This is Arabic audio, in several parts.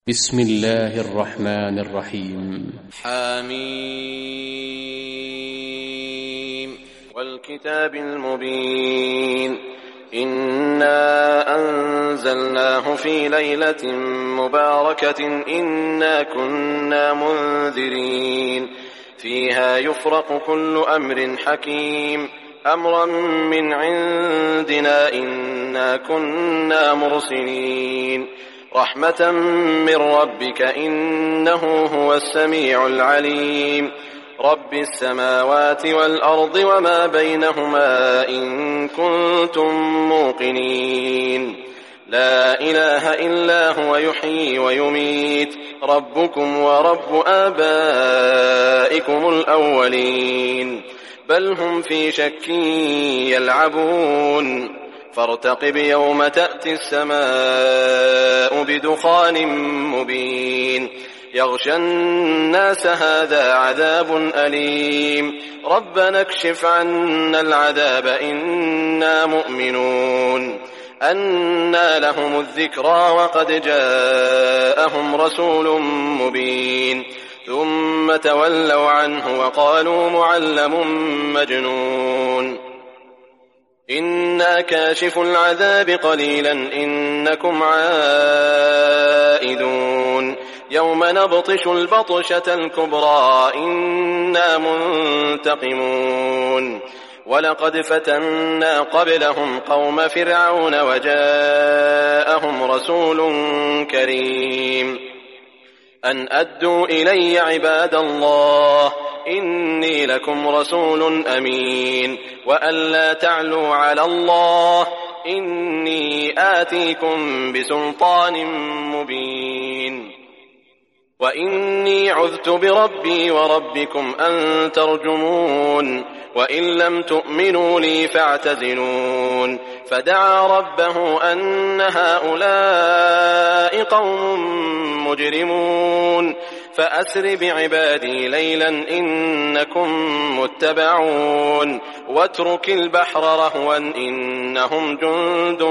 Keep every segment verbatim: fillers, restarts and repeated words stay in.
بسم الله الرحمن الرحيم. حميم والكتاب المبين إنا أنزلناه في ليلة مباركة إنا كنا منذرين فيها يفرق كل أمر حكيم أمرا من عندنا إنا كنا مرسلين رحمة من ربك إنه هو السميع العليم رب السماوات والأرض وما بينهما إن كنتم موقنين لا إله إلا هو يحيي ويميت ربكم ورب آبائكم الأولين بل هم في شك يلعبون فارتقب يوم تأتي السماء بدخان مبين يغشى الناس هذا عذاب أليم ربنا اكشف عنا العذاب إنا مؤمنون أنى لهم الذكرى وقد جاءهم رسول مبين ثم تولوا عنه وقالوا معلم مجنون إنا كاشف العذاب قليلا إنكم عائدون يوم نبطش البطشة الكبرى إنا منتقمون ولقد فتنا قبلهم قوم فرعون وجاءهم رسول كريم أن أدوا إلي عباد الله إني لكم رسول أمين وأن لا تعلوا على الله إني آتيكم بسلطان مبين وإني عذت بربي وربكم أن ترجمون وإن لم تؤمنوا لي فاعتزلون فدعا ربه أن هؤلاء قوم مجرمون فأسر بعبادي ليلا إنكم متبعون واترك البحر رهوا إنهم جند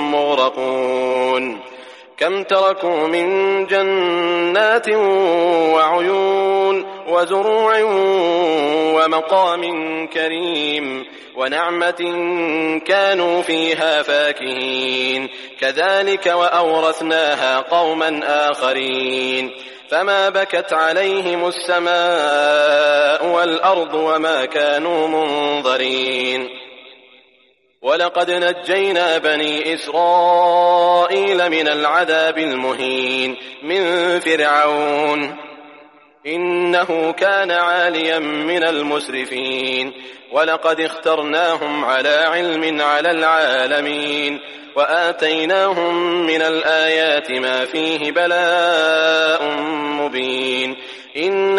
مغرقون كم تركوا من جنات وعيون وزروع ومقام كريم ونعمة كانوا فيها فاكهين كذلك وأورثناها قوما آخرين فما بكت عليهم السماء والأرض وما كانوا منظرين ولقد نجينا بني إسرائيل من العذاب المهين من فرعون إنه كان عاليا من المسرفين ولقد اخترناهم على علم على العالمين وآتيناهم من الآيات ما فيه بلاء مبين إن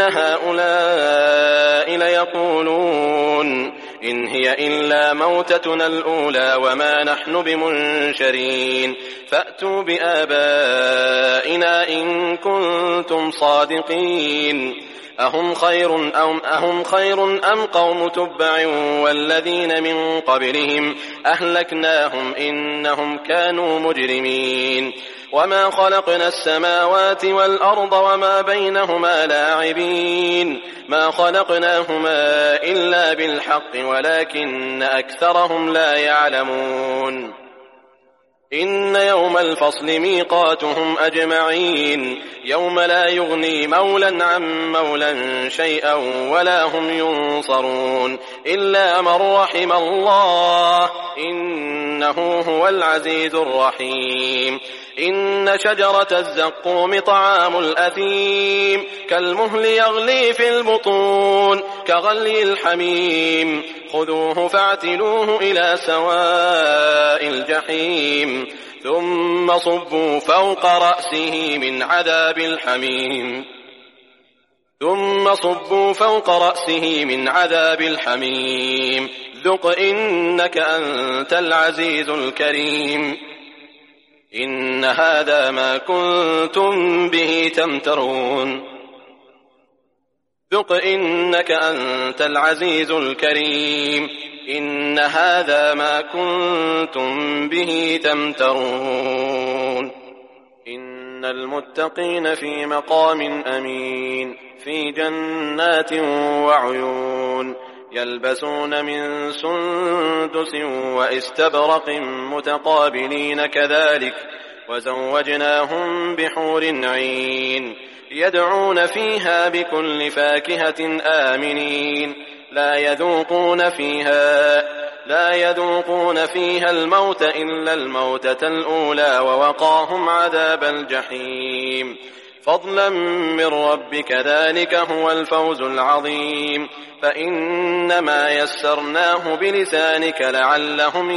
هؤلاء ليقولون إن هي إلا موتتنا الأولى وما نحن بمنشرين فأتوا بآبائنا إن كنتم صادقين أهم خير أم, أهم خير أم قوم تبع والذين من قبلهم أهلكناهم إنهم كانوا مجرمين وما خلقنا السماوات والأرض وما بينهما لاعبين ما خلقناهما إلا بالحق ولكن أكثرهم لا يعلمون إن يوم الفصل ميقاتهم أجمعين يوم لا يغني مولا عن مولا شيئا ولا هم ينصرون إلا من رحم الله إنه هو العزيز الرحيم إن شجرة الزقوم طعام الأثيم كالمهل يغلي في البطون كغلي الحميم خذوه فاعتلوه إلى سواء الجحيم ثم صبوا فوق رأسه من عذاب الحميم ثم صبوا فوق رأسه من عذاب الحميم ذق إنك أنت العزيز الكريم إن هذا ما كنتم به تمترون ذق إنك أنت العزيز الكريم إن هذا ما كنتم به تمترون إن إن المتقين في مقام أمين في جنات وعيون يلبسون من سندس وإستبرق متقابلين كذلك وزوجناهم بحور عين يدعون فيها بكل فاكهة آمنين لا يذوقون فيها لا يذوقون فيها الموت إلا الموتة الأولى ووقاهم عذاب الجحيم فضلا من ربك ذلك هو الفوز العظيم فإنما يسرناه بلسانك لعلهم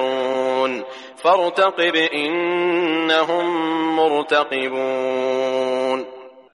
يتذكرون فارتقب إنهم مرتقبون